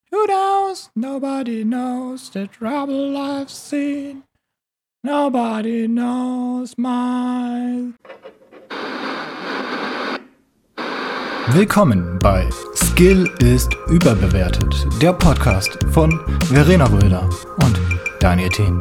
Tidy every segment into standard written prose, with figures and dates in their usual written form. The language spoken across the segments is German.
Who knows? Nobody knows the trouble I've seen. Nobody knows my... Willkommen bei Skill ist überbewertet, der Podcast von Verena Röder und Daniel Thien.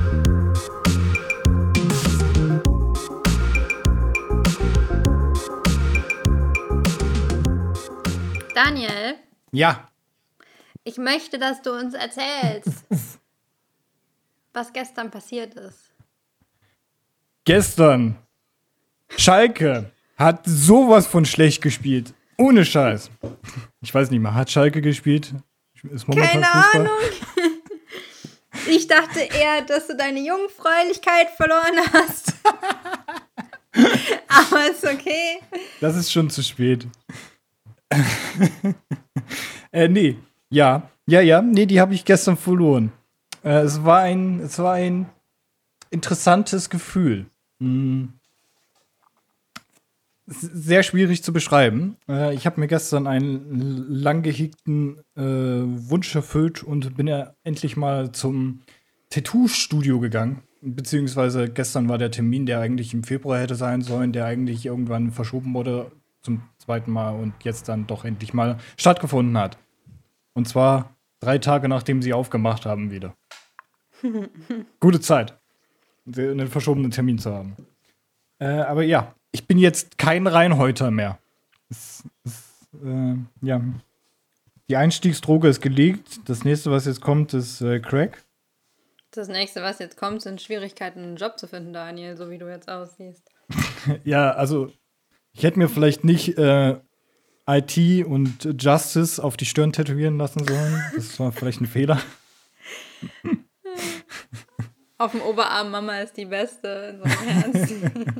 Daniel? Ja. Ich möchte, dass du uns erzählst, was gestern passiert ist. Gestern. Schalke hat sowas von schlecht gespielt. Ohne Scheiß. Ich weiß nicht mehr, hat Schalke gespielt? Ist momentan Keine Fußball? Ahnung. Ich dachte eher, dass du deine Jungfräulichkeit verloren hast. Aber ist okay. Das ist schon zu spät. Nee. Ja, nee, die habe ich gestern verloren. Es war ein interessantes Gefühl. Sehr schwierig zu beschreiben. Ich habe mir gestern einen lang gehegten Wunsch erfüllt und bin ja endlich mal zum Tattoo-Studio gegangen. Beziehungsweise gestern war der Termin, der eigentlich im Februar hätte sein sollen, der eigentlich irgendwann verschoben wurde zum zweiten Mal und jetzt dann doch endlich mal stattgefunden hat. Und zwar 3 Tage, nachdem sie aufgemacht haben wieder. Gute Zeit, einen verschobenen Termin zu haben. Aber ja, ich bin jetzt kein Reinhäuter mehr. Ja. Die Einstiegsdroge ist gelegt. Das nächste, was jetzt kommt, ist Crack. Das nächste, was jetzt kommt, sind Schwierigkeiten, einen Job zu finden, Daniel, so wie du jetzt aussiehst. Ja, also ich hätte mir vielleicht nicht IT und Justice auf die Stirn tätowieren lassen sollen. Das war vielleicht ein Fehler. Auf dem Oberarm, Mama ist die Beste, so im Ernst.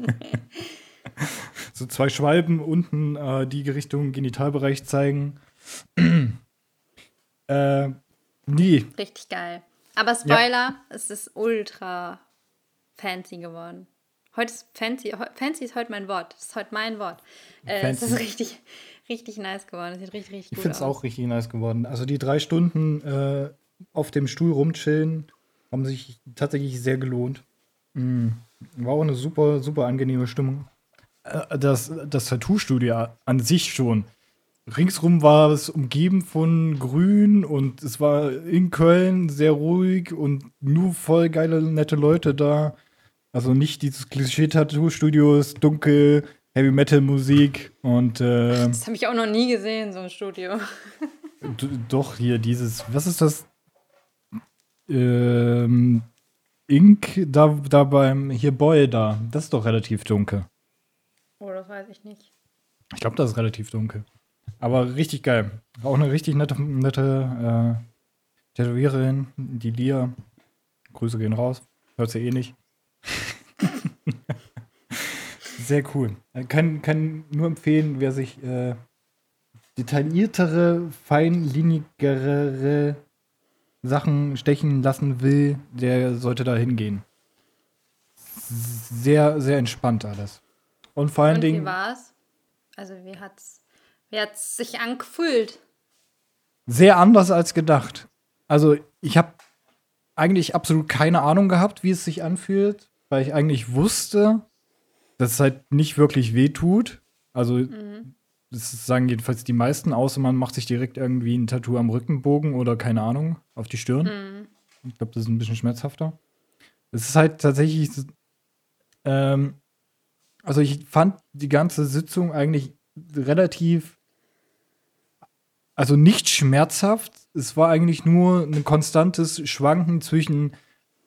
So 2 Schwalben unten, die Richtung Genitalbereich zeigen. Nee. Richtig geil. Aber Spoiler, es ist ultra fancy geworden. Heute ist fancy. Fancy ist heute mein Wort. Das ist heute mein Wort. Es ist richtig, richtig nice geworden. Es sieht richtig, richtig gut aus. Ich finde es auch richtig nice geworden. Also die 3 Stunden auf dem Stuhl rumchillen haben sich tatsächlich sehr gelohnt. War auch eine super, super angenehme Stimmung. Das Tattoo-Studio an sich schon. Ringsrum war es umgeben von Grün und es war in Köln sehr ruhig und nur voll geile, nette Leute da. Also nicht dieses Klischee-Tattoo-Studio, ist dunkel, Heavy-Metal-Musik und das habe ich auch noch nie gesehen, so ein Studio. Doch, hier dieses, was ist das? Ink, da beim, hier Boy da. Das ist doch relativ dunkel. Oh, das weiß ich nicht. Ich glaube, das ist relativ dunkel. Aber richtig geil. Auch eine richtig nette Tätowiererin, die Lia. Grüße gehen raus. Hört sie eh nicht. Sehr cool. Kann nur empfehlen, wer sich detailliertere, feinlinigere Sachen stechen lassen will, der sollte da hingehen. Sehr, sehr entspannt alles. Und vor allen Dingen. Wie war's? Also wie hat's sich angefühlt? Sehr anders als gedacht. Also ich habe eigentlich absolut keine Ahnung gehabt, wie es sich anfühlt, weil ich eigentlich wusste, dass es halt nicht wirklich weh tut. Also das sagen jedenfalls die meisten, außer man macht sich direkt irgendwie ein Tattoo am Rückenbogen oder keine Ahnung, auf die Stirn. Ich glaube, das ist ein bisschen schmerzhafter. Es ist halt tatsächlich also ich fand die ganze Sitzung eigentlich relativ, also nicht schmerzhaft. Es war eigentlich nur ein konstantes Schwanken zwischen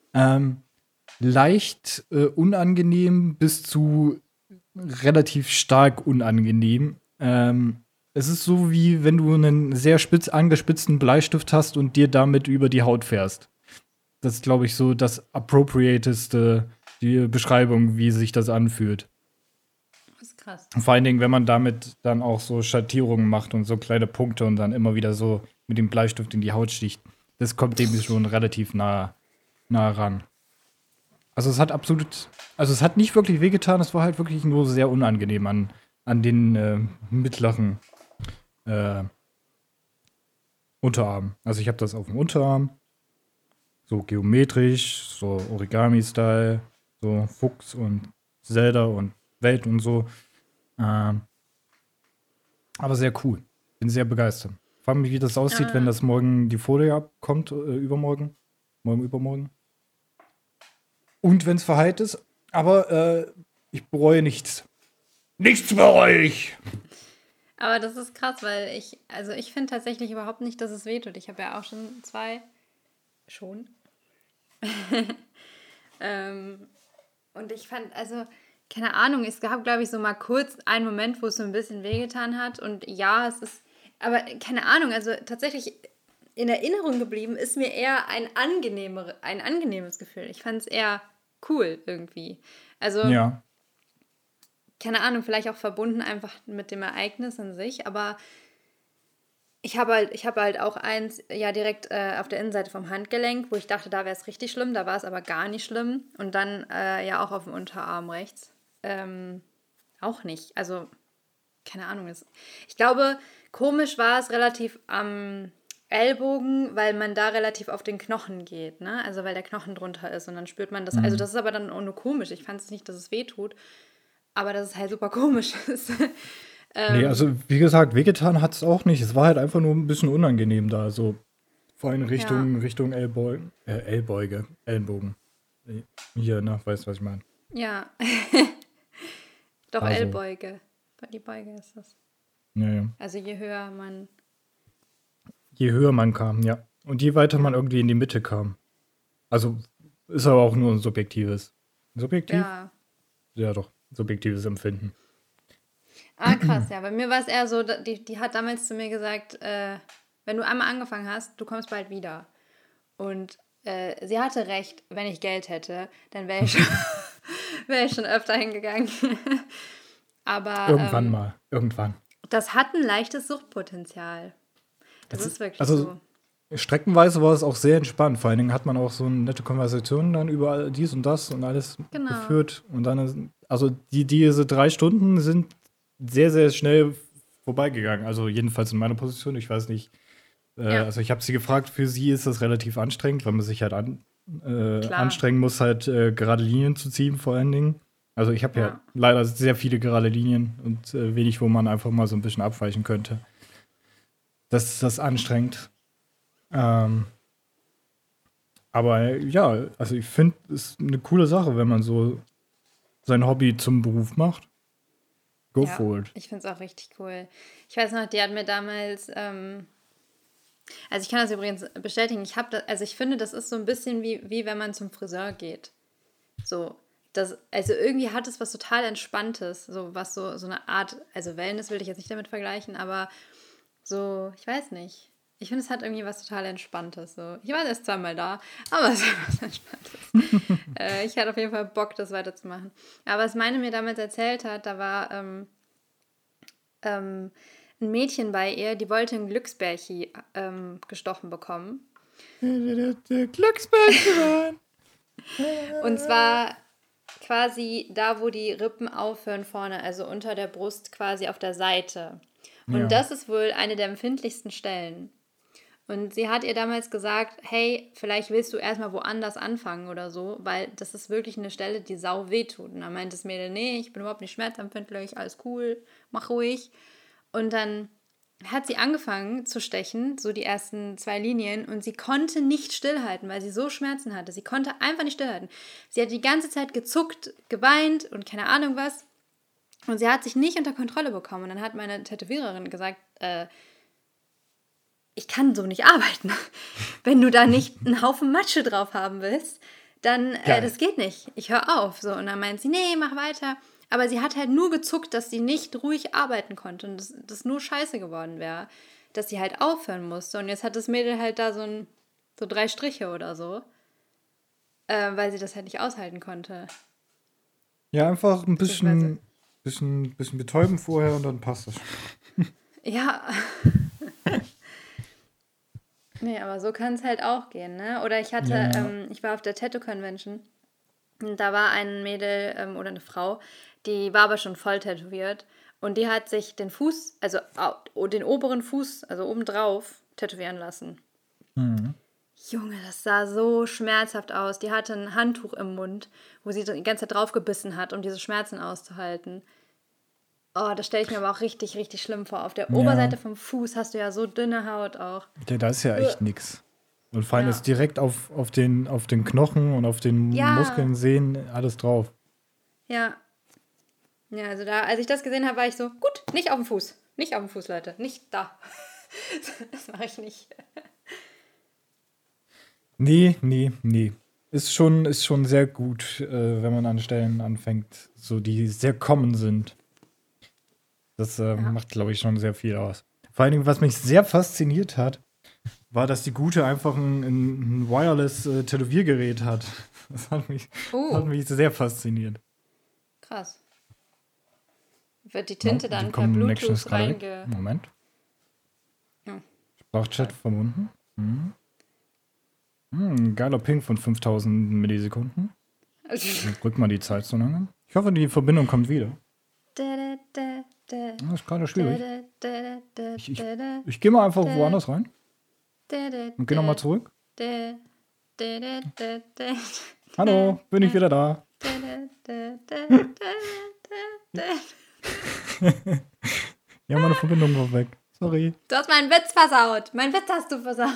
leicht unangenehm bis zu relativ stark unangenehm. Es ist so, wie wenn du einen sehr spitz angespitzten Bleistift hast und dir damit über die Haut fährst. Das ist, glaube ich, so das appropriateste, die Beschreibung, wie sich das anfühlt. Das ist krass. Vor allen Dingen, wenn man damit dann auch so Schattierungen macht und so kleine Punkte und dann immer wieder so mit dem Bleistift in die Haut sticht. Das kommt dem schon relativ nah ran. Also es hat nicht wirklich wehgetan, es war halt wirklich nur sehr unangenehm an den mittleren Unterarm. Also ich habe das auf dem Unterarm. So geometrisch, so Origami-Style, so Fuchs und Zelda und Welt und so. Ähm, aber sehr cool. Bin sehr begeistert. Frag mich, wie das aussieht, wenn das morgen die Folie abkommt, übermorgen. Morgen, übermorgen. Und wenn es verheilt ist. Aber ich bereue nichts. Nichts bereue ich! Aber das ist krass, weil ich finde tatsächlich überhaupt nicht, dass es wehtut. Ich habe ja auch schon 2. Schon. Und ich fand, also, keine Ahnung, es gab, glaube ich, so mal kurz einen Moment, wo es so ein bisschen wehgetan hat. Und ja, es ist, aber keine Ahnung, also tatsächlich in Erinnerung geblieben ist mir eher ein angenehmes Gefühl. Ich fand es eher cool irgendwie. Also, Ja. keine Ahnung, vielleicht auch verbunden einfach mit dem Ereignis an sich, aber ich habe halt auch eins, ja, direkt auf der Innenseite vom Handgelenk, wo ich dachte, da wäre es richtig schlimm, da war es aber gar nicht schlimm. Und dann ja auch auf dem Unterarm rechts. Auch nicht. Also, keine Ahnung. Ich glaube, komisch war es relativ am Ellbogen, weil man da relativ auf den Knochen geht, ne? Also, weil der Knochen drunter ist und dann spürt man das. Also, das ist aber dann auch nur komisch. Ich fand es nicht, dass es weh tut, aber dass es halt super komisch ist. Nee, also wie gesagt, wehgetan hat es auch nicht. Es war halt einfach nur ein bisschen unangenehm da. So vor allem Richtung Ellbogen. Ellenbogen. Hier, ne? Weißt du, was ich meine? Ja. Doch, Also. Ellbeuge. Die Beuge ist das. Ja. Also je höher man. Je höher man kam, ja. Und je weiter man irgendwie in die Mitte kam. Also ist aber auch nur ein subjektives. Subjektiv? Ja. Ja, doch. Subjektives Empfinden. Ah, krass, ja. Bei mir war es eher so, die hat damals zu mir gesagt, wenn du einmal angefangen hast, du kommst bald wieder. Und sie hatte recht, wenn ich Geld hätte, dann wäre ich schon öfter hingegangen. Aber Irgendwann mal. Irgendwann. Das hat ein leichtes Suchtpotenzial. Das ist wirklich so. Streckenweise war es auch sehr entspannt. Vor allen Dingen hat man auch so eine nette Konversation dann über dies und das und alles geführt. Und dann, also diese 3 Stunden sind sehr, sehr schnell vorbeigegangen. Also jedenfalls in meiner Position. Ich weiß nicht. Also ich habe sie gefragt, für sie ist das relativ anstrengend, weil man sich halt anstrengen muss, halt gerade Linien zu ziehen vor allen Dingen. Also ich habe ja leider sehr viele gerade Linien und wenig, wo man einfach mal so ein bisschen abweichen könnte. Das ist das anstrengend. Aber ja, also ich finde, es ist eine coole Sache, wenn man so sein Hobby zum Beruf macht. Go for it. Ich finde es auch richtig cool. Ich weiß noch, die hat mir damals, also ich kann das übrigens bestätigen, ich finde, das ist so ein bisschen wie wenn man zum Friseur geht. So, also irgendwie hat es was total Entspanntes, so was so eine Art, also Wellness will ich jetzt nicht damit vergleichen, aber so, ich weiß nicht. Ich finde, es hat irgendwie was total Entspanntes. So. Ich war erst 2-mal da, aber es hat was Entspanntes. Ich hatte auf jeden Fall Bock, das weiterzumachen. Aber was meine mir damals erzählt hat, da war ein Mädchen bei ihr, die wollte ein Glücksbärchen gestochen bekommen. Glücksbärchen! Und zwar quasi da, wo die Rippen aufhören vorne, also unter der Brust quasi auf der Seite. Und das ist wohl eine der empfindlichsten Stellen. Und sie hat ihr damals gesagt, hey, vielleicht willst du erstmal woanders anfangen oder so, weil das ist wirklich eine Stelle, die sau wehtut. Und dann meinte das Mädel, nee, ich bin überhaupt nicht schmerzempfindlich, alles cool, mach ruhig. Und dann hat sie angefangen zu stechen, so die ersten 2 Linien, und sie konnte nicht stillhalten, weil sie so Schmerzen hatte. Sie konnte einfach nicht stillhalten. Sie hat die ganze Zeit gezuckt, geweint und keine Ahnung was. Und sie hat sich nicht unter Kontrolle bekommen. Und dann hat meine Tätowiererin gesagt, ich kann so nicht arbeiten. Wenn du da nicht einen Haufen Matsche drauf haben willst, dann, das geht nicht. Ich höre auf. So. Und dann meint sie, nee, mach weiter. Aber sie hat halt nur gezuckt, dass sie nicht ruhig arbeiten konnte und das nur scheiße geworden wäre, dass sie halt aufhören musste. Und jetzt hat das Mädel halt da so 3 Striche oder so, weil sie das halt nicht aushalten konnte. Ja, einfach ein bisschen betäuben vorher und dann passt das. Ja. Nee, aber so kann es halt auch gehen, ne? Oder ich war auf der Tattoo-Convention und da war ein Mädel oder eine Frau, die war aber schon voll tätowiert und die hat sich den Fuß, also den oberen Fuß, also obendrauf, tätowieren lassen. Mhm. Junge, das sah so schmerzhaft aus. Die hatte ein Handtuch im Mund, wo sie die ganze Zeit draufgebissen hat, um diese Schmerzen auszuhalten. Oh, das stelle ich mir aber auch richtig, richtig schlimm vor. Auf der Oberseite vom Fuß hast du ja so dünne Haut auch. Ja, da ist ja echt nix. Und vor allem ist direkt auf den Knochen und auf den Muskeln, Sehnen, alles drauf. Ja. Ja, also als ich das gesehen habe, war ich so, gut, nicht auf dem Fuß. Nicht auf dem Fuß, Leute. Nicht da. Das mache ich nicht. Nee. Ist schon sehr gut, wenn man an Stellen anfängt, so die sehr common sind. Das macht, glaube ich, schon sehr viel aus. Vor allen Dingen, was mich sehr fasziniert hat, war, dass die Gute einfach ein Wireless-Tätowiergerät hat. Das hat mich sehr fasziniert. Krass. Wird die Tinte dann per Bluetooth Moment. Sprachchat verbunden. Geiler Ping von 5000 Millisekunden. Drückt mal die Zeit so lange. Ich hoffe, die Verbindung kommt wieder. Das ist gerade schwierig. Ich gehe mal einfach woanders rein. Und gehe nochmal zurück. Hallo, bin ich wieder da. Ja, meine Verbindung war weg. Sorry. Du hast meinen Witz versaut. Meinen Witz hast du versaut.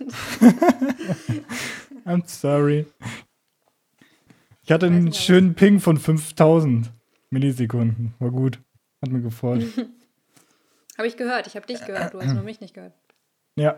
I'm sorry. Ich hatte einen schönen Ping von 5000 Millisekunden. War gut. Hat mir gefreut. Habe ich gehört. Ich habe dich gehört. Du hast nur mich nicht gehört. Ja.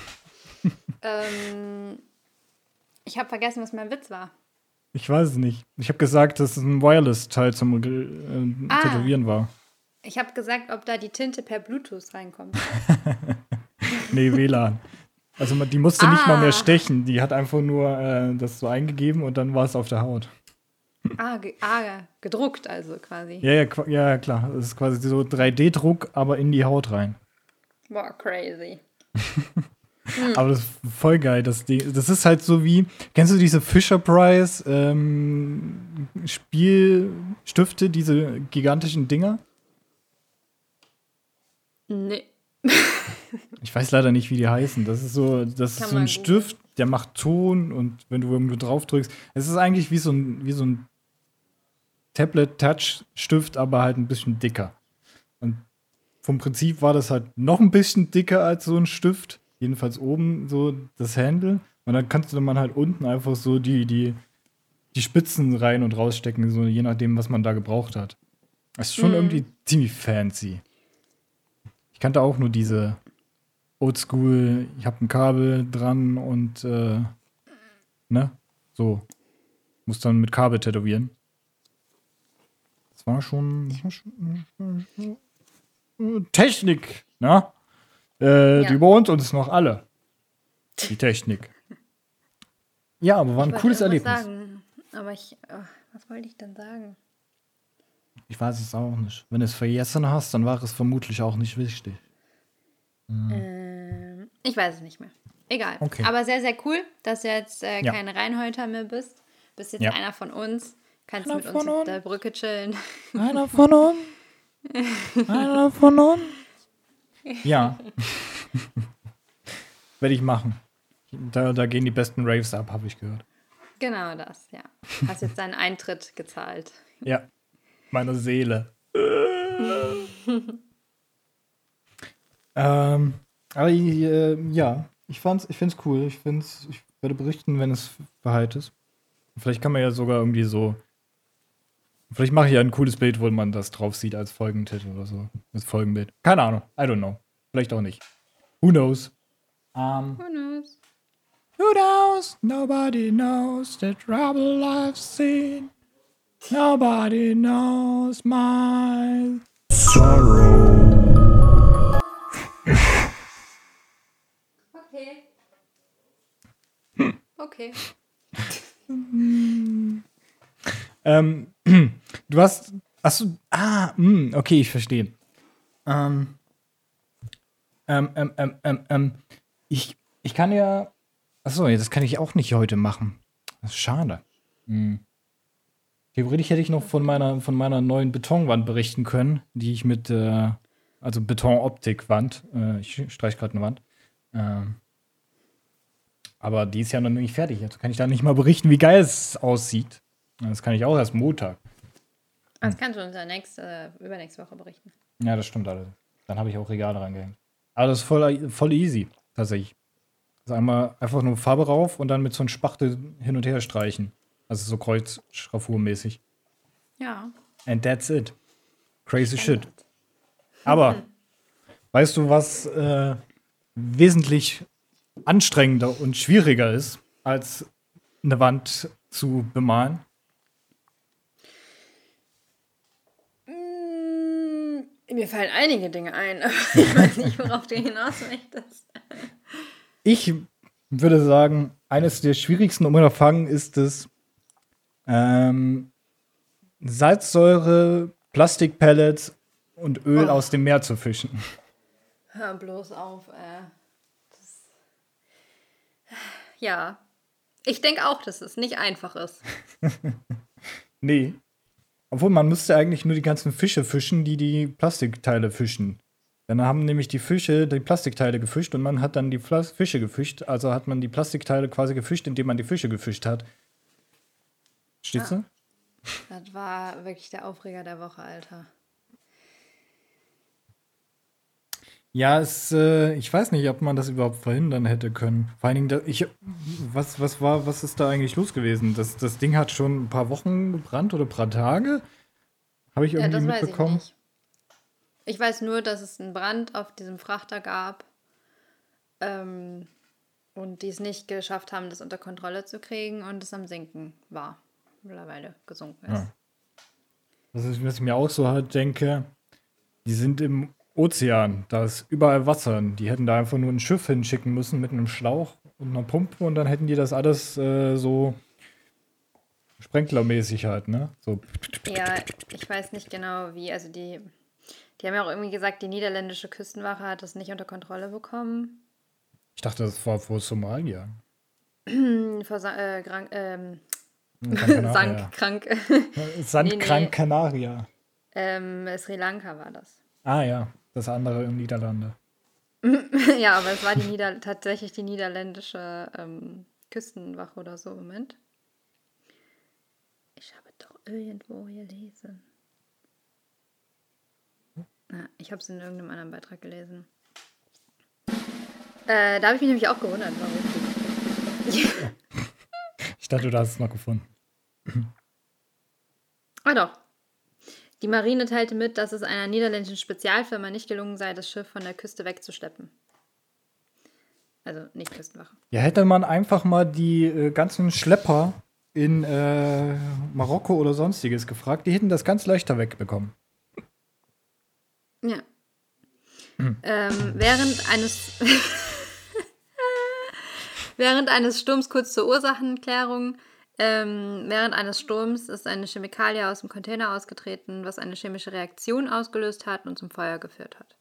Ich habe vergessen, was mein Witz war. Ich weiß es nicht. Ich habe gesagt, dass es ein Wireless-Teil zum Tätowieren war. Ich habe gesagt, ob da die Tinte per Bluetooth reinkommt. Nee, WLAN. Also die musste nicht mal mehr stechen. Die hat einfach nur das so eingegeben und dann war es auf der Haut. Gedruckt also quasi. Ja, klar. Das ist quasi so 3D-Druck, aber in die Haut rein. Boah, crazy. Aber das ist voll geil. Das ist halt so wie, kennst du diese Fisher-Price Spielstifte, diese gigantischen Dinger? Nee. Ich weiß leider nicht, wie die heißen. Das ist so ein Stift, der macht Ton und wenn du irgendwo drauf drückst, es ist eigentlich wie so ein Tablet-Touch-Stift, aber halt ein bisschen dicker. Und vom Prinzip war das halt noch ein bisschen dicker als so ein Stift. Jedenfalls oben so das Handle. Und dann kannst du man halt unten einfach so die Spitzen rein und rausstecken, so je nachdem, was man da gebraucht hat. Das ist schon irgendwie ziemlich fancy. Ich kannte auch nur diese Oldschool, ich habe ein Kabel dran und so. Muss dann mit Kabel tätowieren. Das war schon Technik, ne? Die überholt uns noch alle. Die Technik. Ja, aber war ein cooles Erlebnis. Sagen, aber was wollte ich denn sagen? Ich weiß es auch nicht. Wenn du es vergessen hast, dann war es vermutlich auch nicht wichtig. Ich weiß es nicht mehr. Egal. Okay. Aber sehr, sehr cool, dass du jetzt kein Reinholter mehr bist. Bist jetzt einer von uns. Kannst mit uns auf der Brücke chillen. Einer von uns. Einer von uns. Ja. Werde ich machen. Da gehen die besten Raves ab, habe ich gehört. Genau das, ja. Hast jetzt deinen Eintritt gezahlt. Ja. Meine Seele. Aber ja, ich finde es cool. Ich werde berichten, wenn es verheilt ist. Vielleicht kann man ja sogar irgendwie so. Vielleicht mache ich ja ein cooles Bild, wo man das drauf sieht als Folgentitel oder so. Als Folgenbild. Keine Ahnung. I don't know. Vielleicht auch nicht. Who knows? Who knows? Who knows? Nobody knows the trouble I've seen. Nobody knows my sorrow. Okay. Du hast. Achso. Okay, ich verstehe. Ich kann ja. Achso, das kann ich auch nicht heute machen. Das ist schade. Theoretisch hätte ich noch von meiner neuen Betonwand berichten können, die ich mit, also Betonoptikwand, ich streiche gerade eine Wand, Ähm, aber die ist ja noch nicht fertig. Also kann ich da nicht mal berichten, wie geil es aussieht. Das kann ich auch erst Montag. Das kannst du uns ja übernächste Woche berichten. Ja, das stimmt alles. Dann habe ich auch Regale rangehängt. Aber das ist voll easy, tatsächlich. Also einfach nur Farbe rauf und dann mit so einem Spachtel hin und her streichen. Also so Kreuzschraffurmäßig. Ja. And that's it. Crazy shit. Aber, weißt du, was wesentlich anstrengender und schwieriger ist, als eine Wand zu bemalen? Mir fallen einige Dinge ein, aber ich weiß nicht, worauf du hinaus möchtest. Ich würde sagen, eines der schwierigsten Unterfangen ist es, Salzsäure, Plastikpellets und Öl aus dem Meer zu fischen. Hör bloß auf, Ja. Ich denke auch, dass es nicht einfach ist. Nee. Obwohl, man müsste eigentlich nur die ganzen Fische fischen, die Plastikteile fischen. Dann haben nämlich die Fische die Plastikteile gefischt und man hat dann die Fische gefischt. Also hat man die Plastikteile quasi gefischt, indem man die Fische gefischt hat. Steht's du? Das war wirklich der Aufreger der Woche, Alter. Ja, ich weiß nicht, ob man das überhaupt verhindern hätte können. Vor allen Dingen, was ist da eigentlich los gewesen? Das Ding hat schon ein paar Wochen gebrannt oder ein paar Tage? Habe ich irgendwie mitbekommen? Weiß ich nicht. Ich weiß nur, dass es einen Brand auf diesem Frachter gab und die es nicht geschafft haben, das unter Kontrolle zu kriegen und es am Sinken war. Mittlerweile gesunken ist. Ja. Das ist, was ich mir auch so halt denke, die sind im Ozean, da ist überall Wasser. Die hätten da einfach nur ein Schiff hinschicken müssen mit einem Schlauch und einer Pumpe und dann hätten die das alles so sprenklermäßig halt, ne? So. Ja, ich weiß nicht genau wie, also die haben ja auch irgendwie gesagt, die niederländische Küstenwache hat das nicht unter Kontrolle bekommen. Ich dachte, das war vor Somalia. Sandkrank. Sandkrank Kanaria. Sri Lanka war das. Ah ja, das andere in Niederlande. Ja, aber es war tatsächlich die niederländische Küstenwache oder so. Moment. Ich habe doch irgendwo gelesen. Na, ich habe es in irgendeinem anderen Beitrag gelesen. Da habe ich mich nämlich auch gewundert, warum. Ich dachte, du hast es noch gefunden. Ah doch. Die Marine teilte mit, dass es einer niederländischen Spezialfirma nicht gelungen sei, das Schiff von der Küste wegzuschleppen. Also nicht Küstenwache. Ja, hätte man einfach mal die ganzen Schlepper in Marokko oder sonstiges gefragt, die hätten das ganz leichter wegbekommen. Ja. Während eines Sturms, kurz zur Ursachenklärung, während eines Sturms ist eine Chemikalie aus dem Container ausgetreten, was eine chemische Reaktion ausgelöst hat und zum Feuer geführt hat.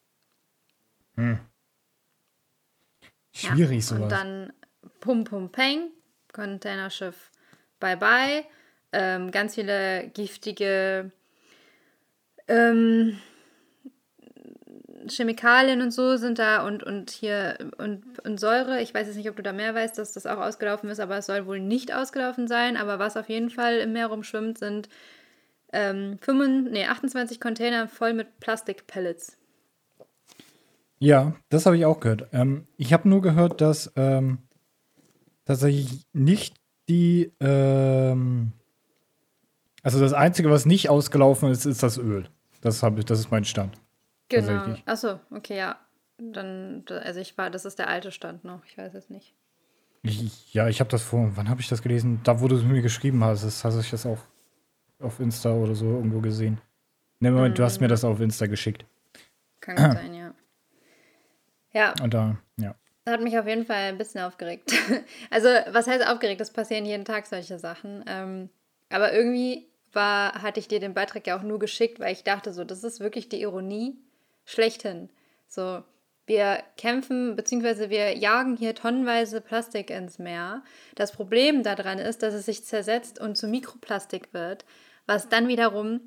Schwierig sowas. Und dann Pum Pum Peng, Containerschiff Bye Bye, ganz viele giftige Chemikalien und so sind da und Säure. Ich weiß jetzt nicht, ob du da mehr weißt, dass das auch ausgelaufen ist, aber es soll wohl nicht ausgelaufen sein. Aber was auf jeden Fall im Meer rumschwimmt, sind 28 Container voll mit Plastikpellets. Ja, das habe ich auch gehört. Ich habe nur gehört, dass tatsächlich nicht die also das Einzige, was nicht ausgelaufen ist, ist das Öl. Das ist mein Stand. Genau. Achso, okay, ja. Dann, das ist der alte Stand noch. Ich weiß es nicht. Ich habe das wann habe ich das gelesen? Da, wo du es mir geschrieben hast, hast du das auch auf Insta oder so irgendwo gesehen. Ne, Moment, du hast mir das auf Insta geschickt. Kann gut sein, ja. Ja. Und da, ja. Das hat mich auf jeden Fall ein bisschen aufgeregt. Also, was heißt aufgeregt? Es passieren jeden Tag solche Sachen. Aber irgendwie hatte ich dir den Beitrag ja auch nur geschickt, weil ich dachte so, das ist wirklich die Ironie schlechthin. So, wir kämpfen, beziehungsweise wir jagen hier tonnenweise Plastik ins Meer. Das Problem daran ist, dass es sich zersetzt und zu Mikroplastik wird, was dann wiederum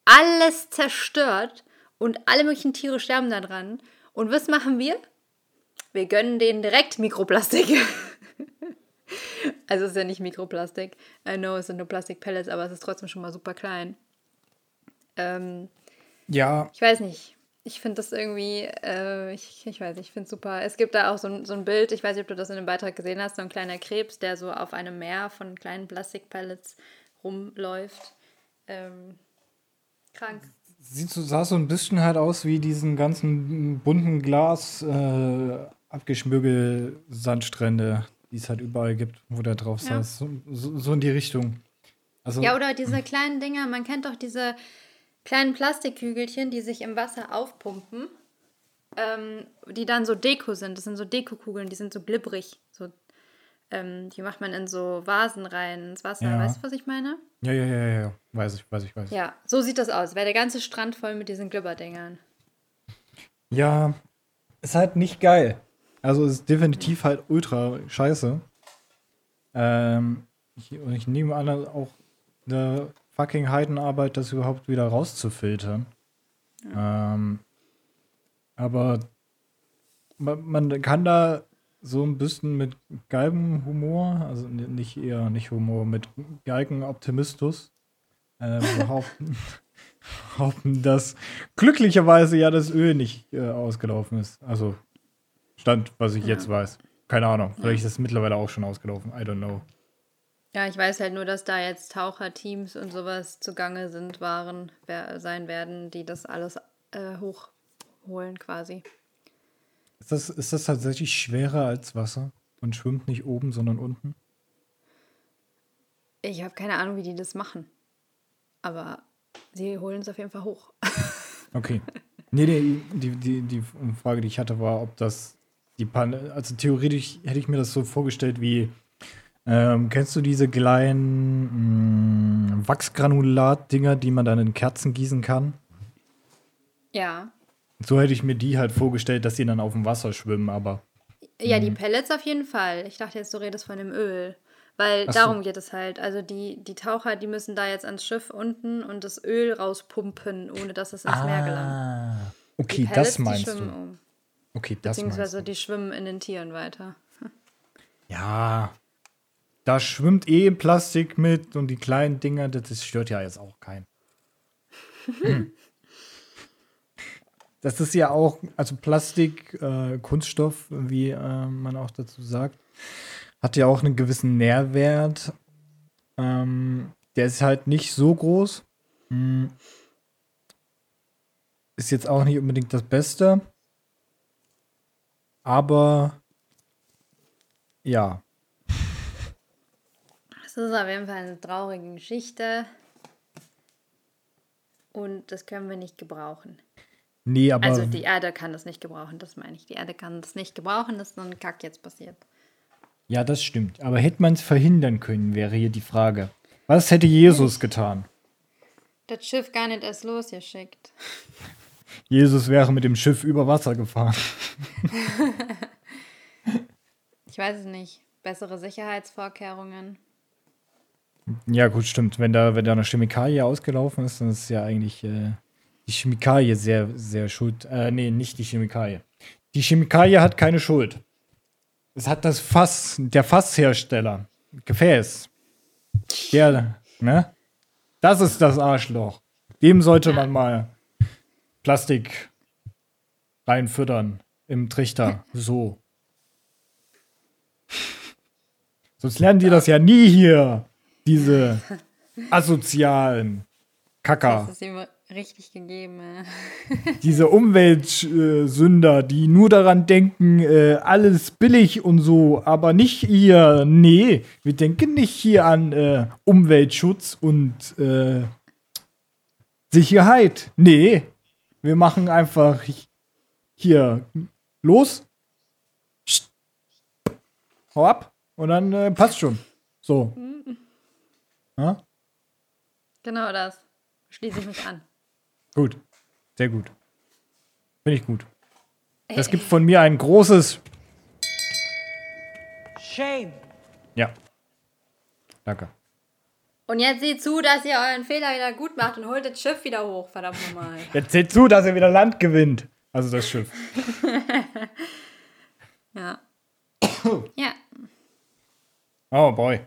alles zerstört und alle möglichen Tiere sterben daran. Und was machen wir? wir gönnen denen direkt Mikroplastik. Also es ist ja nicht Mikroplastik. I know, es sind nur Plastikpellets, aber es ist trotzdem schon mal super klein. Ja. Ich weiß nicht. Ich finde das irgendwie, ich weiß nicht, ich finde es super. Es gibt da auch so ein Bild, ich weiß nicht, ob du das in dem Beitrag gesehen hast, so ein kleiner Krebs, der so auf einem Meer von kleinen Plastikpellets rumläuft. Krank. Sah so ein bisschen halt aus wie diesen ganzen bunten Glas Abgeschmürgel-Sandstrände, die es halt überall gibt, wo der drauf saß. So in die Richtung. Also, ja, oder diese kleinen Dinger, man kennt doch diese kleinen Plastikkügelchen, die sich im Wasser aufpumpen, die dann so Deko sind. Das sind so Dekokugeln, die sind so glibberig. So, die macht man in so Vasen rein ins Wasser. Ja. Weißt du, was ich meine? Ja. Weiß ich. Ja, so sieht das aus. Wäre der ganze Strand voll mit diesen Glibberdingern. Ja, ist halt nicht geil. Also ist definitiv halt ultra scheiße. Ich nehme an, auch eine fucking Heidenarbeit, das überhaupt wieder rauszufiltern. Ja. Aber man kann da so ein bisschen mit Galgenhumor, also nicht Humor, mit Galgenoptimismus behaupten, dass glücklicherweise ja das Öl nicht ausgelaufen ist. Also Stand, was ich jetzt weiß. Keine Ahnung, vielleicht ist es mittlerweile auch schon ausgelaufen. I don't know. Ja, ich weiß halt nur, dass da jetzt Taucherteams und sowas zugange sein werden, die das alles hochholen quasi. Ist das tatsächlich schwerer als Wasser und schwimmt nicht oben, sondern unten? Ich habe keine Ahnung, wie die das machen. Aber sie holen es auf jeden Fall hoch. Okay. Nee, die Frage, die ich hatte, war, ob das also theoretisch hätte ich mir das so vorgestellt wie, kennst du diese kleinen Wachsgranulat-Dinger, die man dann in Kerzen gießen kann? Ja. So hätte ich mir die halt vorgestellt, dass die dann auf dem Wasser schwimmen, aber. Ja, die Pellets auf jeden Fall. Ich dachte jetzt, du redest von dem Öl. Weil darum geht es halt. Also die Taucher, die müssen da jetzt ans Schiff unten und das Öl rauspumpen, ohne dass es ins Meer gelangt. Okay, Pellets, das meinst die schwimmen du. Um. Okay, das beziehungsweise meinst du. Die schwimmen in den Tieren weiter. Ja, da schwimmt Plastik mit und die kleinen Dinger, das stört ja jetzt auch keinen. Das ist ja auch, also Plastik, Kunststoff, wie man auch dazu sagt, hat ja auch einen gewissen Nährwert. Der ist halt nicht so groß. Ist jetzt auch nicht unbedingt das Beste. Aber ja. Das ist auf jeden Fall eine traurige Geschichte. Und das können wir nicht gebrauchen. Nee, aber. Also die Erde kann das nicht gebrauchen, das meine ich. Die Erde kann das nicht gebrauchen, dass so ein Kack jetzt passiert. Ja, das stimmt. Aber hätte man es verhindern können, wäre hier die Frage. Was hätte Jesus getan? Das Schiff gar nicht erst losgeschickt. Jesus wäre mit dem Schiff über Wasser gefahren. Ich weiß es nicht. Bessere Sicherheitsvorkehrungen. Ja, gut, stimmt. Wenn da eine Chemikalie ausgelaufen ist, dann ist ja eigentlich die Chemikalie sehr, sehr schuld. Nee, nicht die Chemikalie. Die Chemikalie hat keine Schuld. Es hat der Fasshersteller. Gefäß. Ne? Das ist das Arschloch. Dem sollte man mal Plastik reinfüttern im Trichter. So. Sonst lernen die das ja nie hier. Diese asozialen Kacker. Das ist ihm richtig gegeben. Diese Umweltsünder, die nur daran denken, alles billig und so, aber nicht hier, nee, wir denken nicht hier an Umweltschutz und Sicherheit. Nee, wir machen einfach hier los, hau ab und dann passt schon. So. Ja? Genau das. Schließe ich mich an. Gut. Sehr gut. Finde ich gut. Das gibt von mir ein großes Shame. Ja. Danke. Und jetzt seht zu, dass ihr euren Fehler wieder gut macht und holt das Schiff wieder hoch, verdammt nochmal. Jetzt seht zu, dass ihr wieder Land gewinnt. Also das Schiff. Ja. Ja. Oh boy.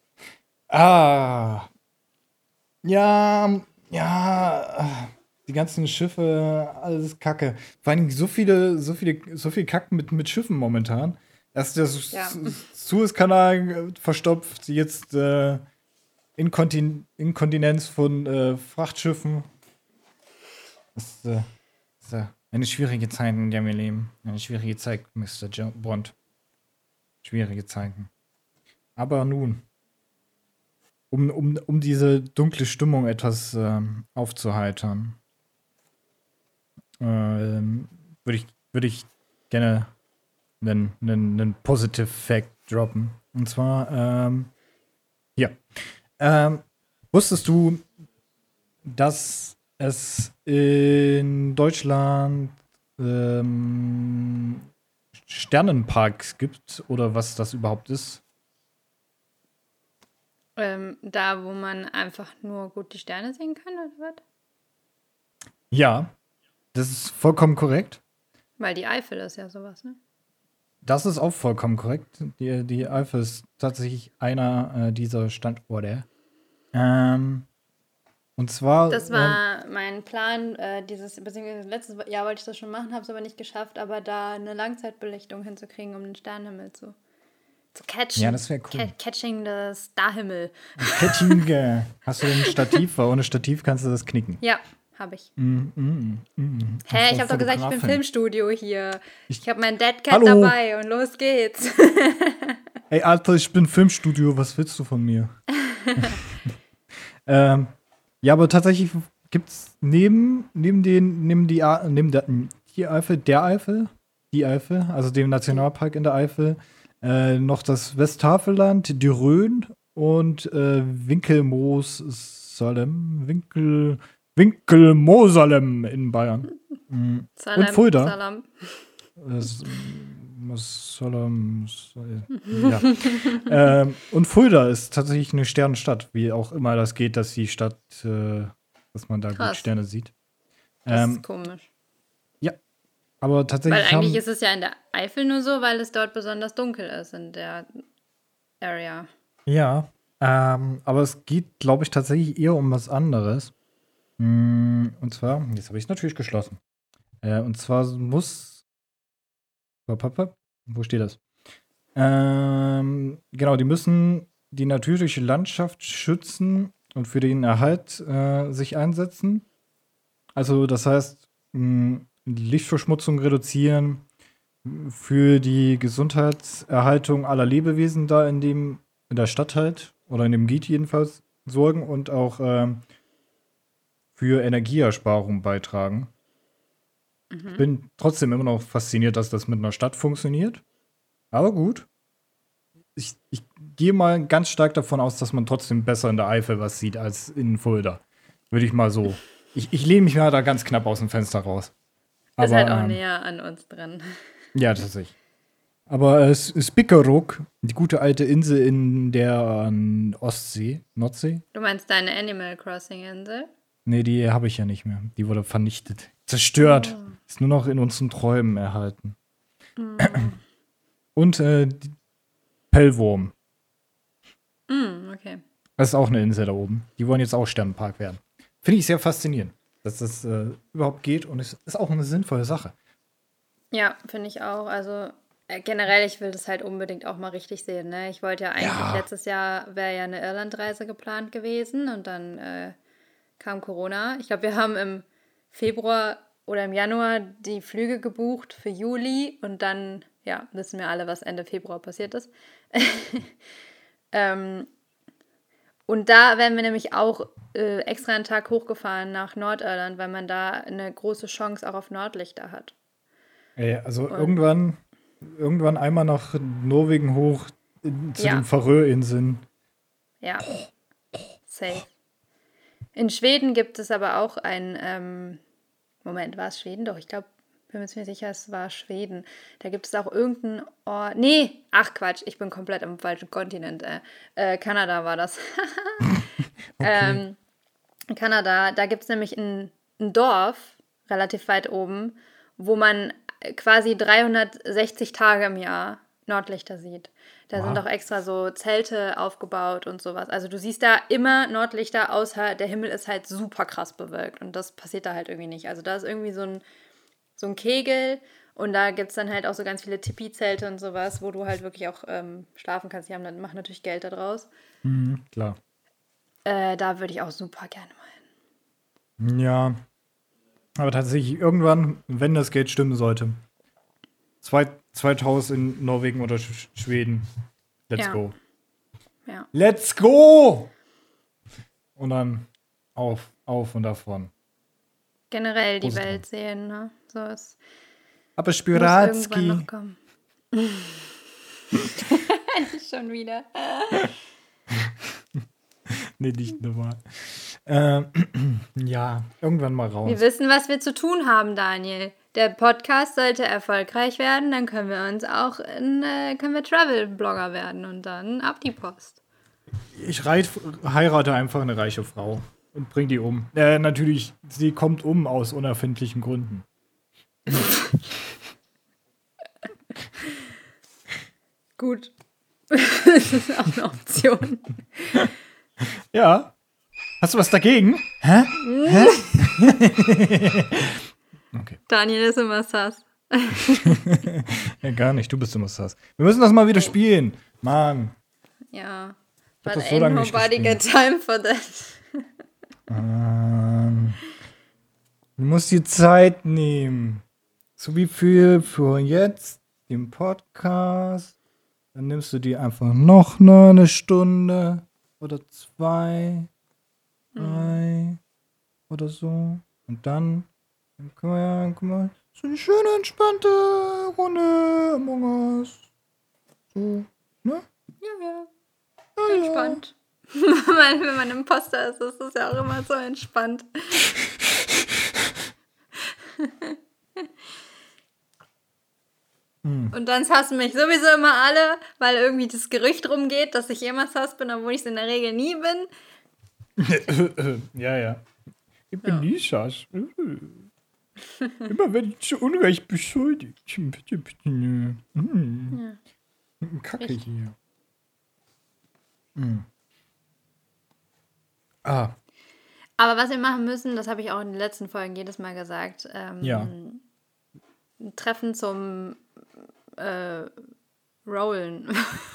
Ja, die ganzen Schiffe, alles Kacke. Vor allem so viel Kack mit Schiffen momentan. Erst der Suezkanal verstopft, jetzt Inkontinenz von Frachtschiffen. Das ist eine schwierige Zeit, in der wir leben. Eine schwierige Zeit, Mr. Bond. Schwierige Zeiten. Aber nun, um diese dunkle Stimmung etwas aufzuheitern, würde ich gerne einen Positive Fact droppen. Und zwar, hier. Wusstest du, dass es in Deutschland Sternenparks gibt oder was das überhaupt ist? Da, wo man einfach nur gut die Sterne sehen kann, oder was? Ja, das ist vollkommen korrekt. Weil die Eifel ist ja sowas, ne? Das ist auch vollkommen korrekt. Die Eifel ist tatsächlich einer dieser Standorte. Und zwar. Das war mein Plan, beziehungsweise letztes Jahr wollte ich das schon machen, habe es aber nicht geschafft, aber da eine Langzeitbelichtung hinzukriegen, um den Sternenhimmel zu catchen. Ja, das wäre cool. Catching the Starhimmel. Catching. Hast du denn ein Stativ? Weil ohne Stativ kannst du das knicken. Ja, habe ich. Hä, ich habe doch gesagt, ich bin im Filmstudio hier. Ich habe mein Deadcat dabei und los geht's. Ey, Alter, ich bin Filmstudio, was willst du von mir? Ja, aber tatsächlich gibt's neben die Eifel, also dem Nationalpark in der Eifel, noch das Westtafelland, die Rhön und Winkelmosalem in Bayern. Salam, und Fulda. Salam. Ja. Und Fulda ist tatsächlich eine Sternenstadt, wie auch immer das geht, dass die Stadt, dass man da gut Sterne sieht. Das ist komisch. Ja, aber tatsächlich. Weil eigentlich ist es ja in der Eifel nur so, weil es dort besonders dunkel ist in der Area. Ja, aber es geht, glaube ich, tatsächlich eher um was anderes. Und zwar, jetzt habe ich es natürlich geschlossen. Und zwar muss. Wo steht das? Genau, die müssen die natürliche Landschaft schützen und für den Erhalt sich einsetzen. Also, das heißt, Lichtverschmutzung reduzieren, für die Gesundheitserhaltung aller Lebewesen da in der Stadt halt oder in dem Gebiet jedenfalls sorgen und auch für Energieersparung beitragen. Ich bin trotzdem immer noch fasziniert, dass das mit einer Stadt funktioniert. Aber gut. Ich gehe mal ganz stark davon aus, dass man trotzdem besser in der Eifel was sieht als in Fulda. Würde ich mal so. Ich lehne mich mal da ganz knapp aus dem Fenster raus. Aber, ist halt auch näher an uns dran. Ja, tatsächlich. Aber Spiekeroog, die gute alte Insel in der Nordsee. Du meinst deine Animal Crossing Insel? Nee, die habe ich ja nicht mehr. Die wurde vernichtet. Zerstört. Oh. Ist nur noch in unseren Träumen erhalten. Und Pellworm. Okay. Das ist auch eine Insel da oben. Die wollen jetzt auch Sternenpark werden. Finde ich sehr faszinierend, dass das überhaupt geht und es ist auch eine sinnvolle Sache. Ja, finde ich auch. Also generell, ich will das halt unbedingt auch mal richtig sehen. Ne? Ich wollte ja eigentlich, letztes Jahr wäre ja eine Irlandreise geplant gewesen und dann kam Corona. Ich glaube, wir haben im Februar oder im Januar die Flüge gebucht für Juli und dann, ja, wissen wir alle, was Ende Februar passiert ist. Und da wären wir nämlich auch extra einen Tag hochgefahren nach Nordirland, weil man da eine große Chance auch auf Nordlichter hat. Ey, also irgendwann einmal nach Norwegen hoch zu den Färöerinseln. Ja, safe. In Schweden gibt es aber auch ein, Moment, war es Schweden? Doch, ich glaube, bin mir ziemlich sicher, es war Schweden. Da gibt es auch irgendeinen Ort. Nee, ach Quatsch, ich bin komplett am falschen Kontinent. Kanada war das. Okay. In Kanada, da gibt es nämlich ein Dorf, relativ weit oben, wo man quasi 360 Tage im Jahr Nordlichter sieht. Da sind auch extra so Zelte aufgebaut und sowas. Also du siehst da immer Nordlichter, außer der Himmel ist halt super krass bewölkt. Und das passiert da halt irgendwie nicht. Also da ist irgendwie so ein Kegel und da gibt es dann halt auch so ganz viele Tipi-Zelte und sowas, wo du halt wirklich auch schlafen kannst. Die machen natürlich Geld da draus. Klar. Da würde ich auch super gerne mal hin. Ja. Aber tatsächlich irgendwann, wenn das Geld stimmen sollte, 2000 in Norwegen oder Schweden. Let's go. Ja. Let's go! Und dann auf und davon. Generell die Welt sehen, ne? So ist. Aber Spiratski. Schon wieder. Nee, nicht nochmal. Ja, irgendwann mal raus. Wir wissen, was wir zu tun haben, Daniel. Der Podcast sollte erfolgreich werden, dann können wir uns auch Travel-Blogger werden und dann ab die Post. Ich heirate einfach eine reiche Frau und bring die um. Natürlich, sie kommt um aus unerfindlichen Gründen. Gut. Das ist auch eine Option. Ja. Hast du was dagegen? Hä? Okay. Daniel ist immer sass. Ja, gar nicht. Du bist immer sass. Wir müssen das mal wieder spielen. Mann. Ja. But ain't nobody got time for that. Du musst die Zeit nehmen. So wie für jetzt, den Podcast. Dann nimmst du dir einfach noch eine Stunde oder 2, 3 oder so. Und dann können wir ja, guck mal, so eine schöne, entspannte Runde Among Us. So, ne? Ja. Entspannt. Wenn man Imposter ist es ja auch immer so entspannt. Und dann hassen mich sowieso immer alle, weil irgendwie das Gerücht rumgeht, dass ich immer sass bin, obwohl ich es in der Regel nie bin. Ja. Ich bin nie sass. Immer wenn ich zu Unrecht beschuldigt. Bitte. Kacke richtig. Hier. Aber was wir machen müssen, das habe ich auch in den letzten Folgen jedes Mal gesagt, ein Treffen zum Rollen.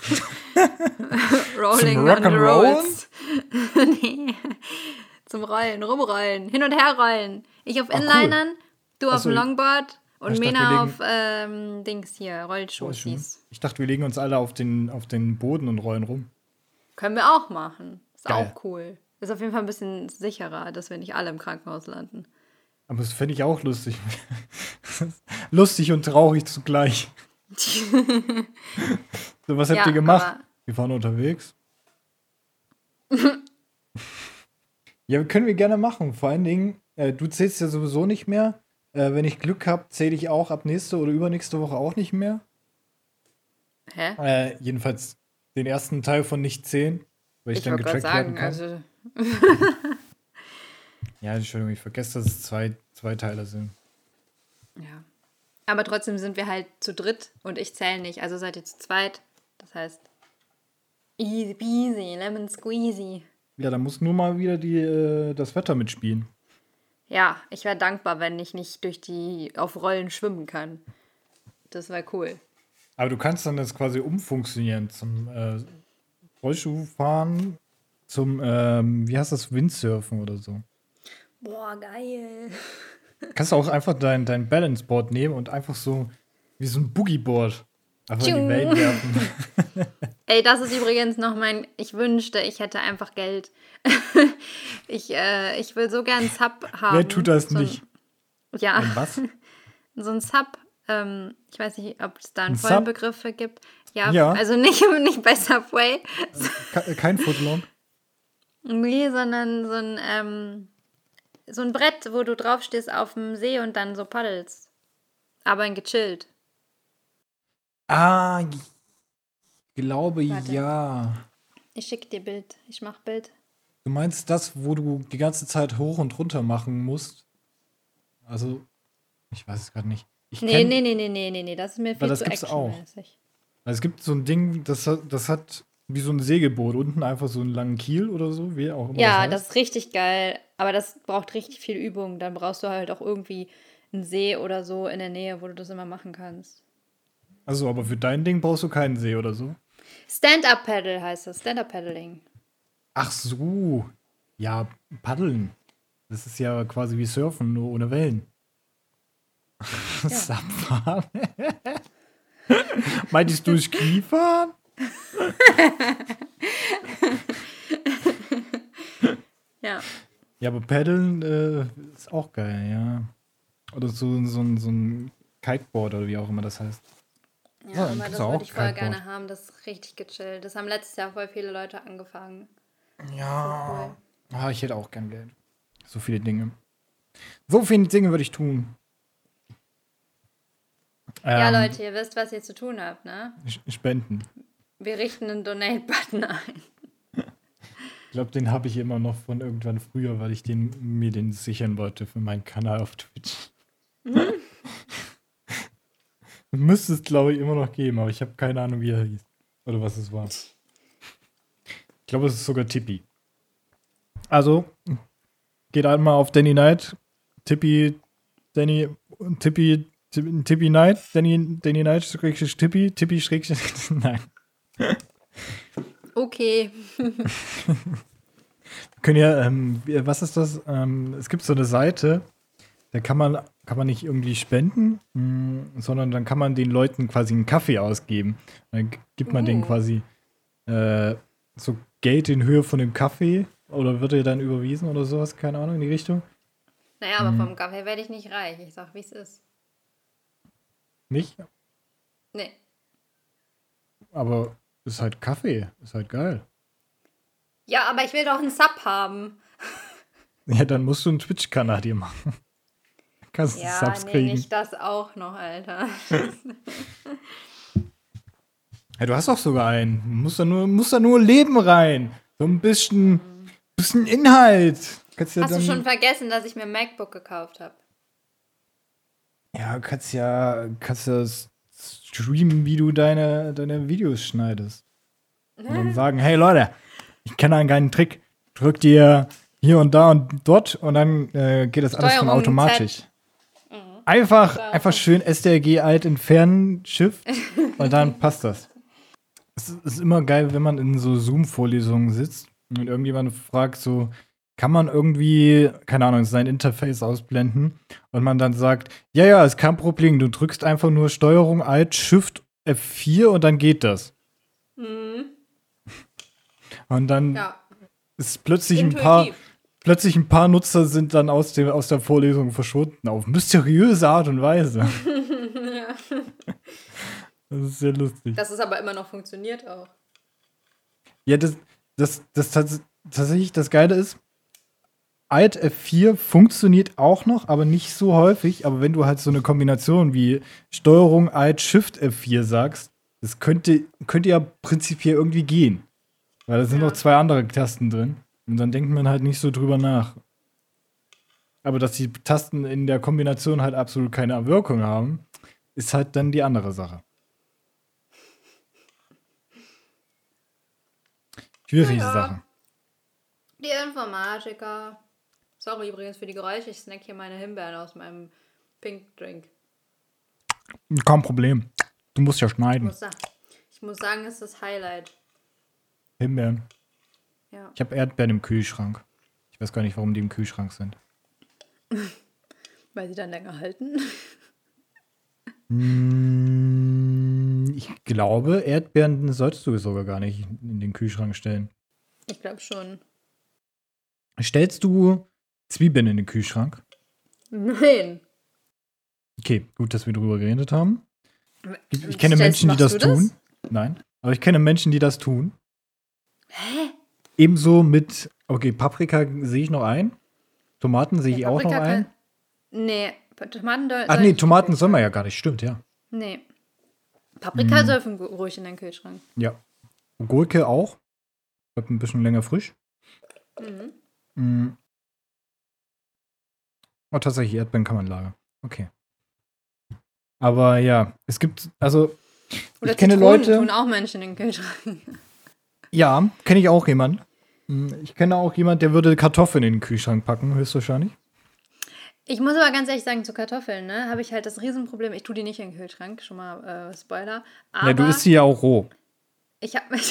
Rolling zum on the Rolls. Nee. Zum Rollen, rumrollen, hin und her rollen. Ich auf Inlinern, cool. Du auf dem Longboard und Mena auf Dings hier, Rollschuhs. Ich dachte, wir legen uns alle auf den Boden und rollen rum. Können wir auch machen. Ist geil. Auch cool. Ist auf jeden Fall ein bisschen sicherer, dass wir nicht alle im Krankenhaus landen. Aber das fände ich auch lustig. Lustig und traurig zugleich. So, was habt ihr gemacht? Wir waren unterwegs. Ja, können wir gerne machen. Vor allen Dingen, du zählst ja sowieso nicht mehr. Wenn ich Glück habe, zähle ich auch ab nächste oder übernächste Woche auch nicht mehr. Hä? Jedenfalls den ersten Teil von nicht 10, weil ich dann getrackt werden kann. Also ja, Entschuldigung, ich vergesse, dass es zwei Teile sind. Ja. Aber trotzdem sind wir halt zu dritt und ich zähle nicht. Also seid ihr zu zweit. Das heißt, easy peasy, lemon squeezy. Ja, da muss nur mal wieder das Wetter mitspielen. Ja, ich wäre dankbar, wenn ich nicht auf Rollen schwimmen kann. Das wäre cool. Aber du kannst dann das quasi umfunktionieren zum Rollschuhfahren, zum, wie heißt das, Windsurfen oder so. Boah, geil. Kannst du auch einfach dein Balanceboard nehmen und einfach so wie so ein Boogieboard einfach in die Welt werfen. Ey, das ist übrigens noch ich wünschte, ich hätte einfach Geld. Ich will so gern einen Sub haben. Wer tut das nicht? Ja. Was? So ein Sub. Ich weiß nicht, ob es da einen vollen Begriff für gibt. Ja. Also nicht bei Subway. Kein Footlong? Nee, sondern so ein Brett, wo du draufstehst auf dem See und dann so paddelst. Aber in gechillt. Ah, ich glaube, Warte. Ja. Ich schicke dir Bild. Ich mach Bild. Du meinst das, wo du die ganze Zeit hoch und runter machen musst? Also, ich weiß es gerade nicht. Nee, das ist mir viel das zu gibt's auch. actionmäßig. Also es gibt so ein Ding, das hat wie so ein Segelboot unten einfach so einen langen Kiel oder so, wie auch immer Ja, das das heißt. ist richtig geil, aber das braucht richtig viel Übung. Dann brauchst du halt auch irgendwie einen See oder so in der Nähe, wo du das immer machen kannst. Also, aber für dein Ding brauchst du keinen See oder so. Stand-Up-Paddle heißt das, Stand-Up-Paddling. Ach so. Ja, paddeln. Das ist ja quasi wie Surfen, nur ohne Wellen. Ja. Subfahren. Meintest du Skifahren? Ja. Ja, aber Paddeln ist auch geil, ja. Oder so ein Kiteboard oder wie auch immer das heißt. Ja, aber gibt's das auch würde ich voll Kiteboard. gerne haben. Das ist richtig gechillt. Das haben letztes Jahr voll viele Leute angefangen. Ja. Ah, ich hätte auch gern Geld. So viele Dinge. So viele Dinge würde ich tun. Ja, Leute, ihr wisst, was ihr zu tun habt, ne? Spenden. Wir richten einen Donate-Button ein. Ich glaube, den habe ich immer noch von irgendwann früher, weil ich mir den sichern wollte für meinen Kanal auf Twitch. Müsste es, glaube ich, immer noch geben, aber ich habe keine Ahnung, wie er hieß. Oder was es war. Ich glaube, es ist sogar Tippi. Also, geht einmal auf Danny Knight. Tippi Knight. Danny Knight, Tippi, nein. Okay. Können ja, was ist das? Es gibt so eine Seite, da kann man nicht irgendwie spenden, sondern dann kann man den Leuten quasi einen Kaffee ausgeben. Dann gibt man denen quasi so Geld in Höhe von dem Kaffee oder wird er dann überwiesen oder sowas, keine Ahnung, in die Richtung. Naja, aber vom Kaffee werde ich nicht reich. Ich sag, wie es ist. Nicht? Nee. Aber ist halt Kaffee, ist halt geil. Ja, aber ich will doch einen Sub haben. Ja, dann musst du einen Twitch-Kanal dir machen. Kannst Ja, Subs nee, kriegen. nicht das auch noch, Alter. Ja, du hast doch sogar einen. Du musst da nur Leben rein. So ein bisschen Inhalt. Kannst ja Hast dann, du schon vergessen, dass ich mir ein MacBook gekauft habe? Ja, kannst ja streamen, wie du deine Videos schneidest. Und dann sagen, hey Leute, ich kenne einen geilen Trick. Drück dir hier und da und dort und dann geht das alles von Steuerung automatisch. Z. Einfach schön STRG Alt entfernen, Shift und dann passt das. Es ist immer geil, wenn man in so Zoom-Vorlesungen sitzt und irgendjemand fragt so, kann man irgendwie, keine Ahnung, sein Interface ausblenden und man dann sagt, ja, ist kein Problem, du drückst einfach nur Steuerung Alt, Shift, F4 und dann geht das. Und dann ist plötzlich ein paar Nutzer sind dann aus der Vorlesung verschwunden, auf mysteriöse Art und Weise. Ja. Das ist sehr lustig. Das ist aber immer noch funktioniert auch. Ja, das tatsächlich das Geile ist, Alt F4 funktioniert auch noch, aber nicht so häufig. Aber wenn du halt so eine Kombination wie Steuerung Alt Shift F4 sagst, das könnte ja prinzipiell irgendwie gehen. Weil da sind noch 2 andere Tasten drin. Und dann denkt man halt nicht so drüber nach. Aber dass die Tasten in der Kombination halt absolut keine Wirkung haben, ist halt dann die andere Sache. Schwierige Sache. Die Informatiker. Sorry übrigens für die Geräusche. Ich snack hier meine Himbeeren aus meinem Pink Drink. Kein Problem. Du musst ja schneiden. Ich muss sagen, es ist das Highlight. Himbeeren. Ja. Ich habe Erdbeeren im Kühlschrank. Ich weiß gar nicht, warum die im Kühlschrank sind. Weil sie dann länger halten. Ich glaube, Erdbeeren solltest du sogar gar nicht in den Kühlschrank stellen. Ich glaube schon. Stellst du Zwiebeln in den Kühlschrank? Nein. Okay, gut, dass wir drüber geredet haben. Ich kenne Menschen, die das tun. Nein, aber ich kenne Menschen, die das tun. Hä? Ebenso mit, okay, Paprika sehe ich noch ein. Tomaten sehe ich auch noch ein. Nee, Tomaten Ach nee, Tomaten soll man ja gar nicht, stimmt, ja. Nee. Paprika dürfen ruhig in den Kühlschrank. Ja. Gurke auch. Bleibt ein bisschen länger frisch. Oh, tatsächlich, Erdbeeren kann man lagern. Okay. Aber ja, es gibt, also Oder ich kenne Zitronen Leute. tun auch Menschen in den Kühlschrank. Ja, kenne ich auch jemanden. Ich kenne auch jemanden, der würde Kartoffeln in den Kühlschrank packen, höchstwahrscheinlich. Ich muss aber ganz ehrlich sagen, zu Kartoffeln, ne, habe ich halt das Riesenproblem. Ich tue die nicht in den Kühlschrank, schon mal Spoiler. Ja, du isst Aber sie ja auch roh. ich habe mich.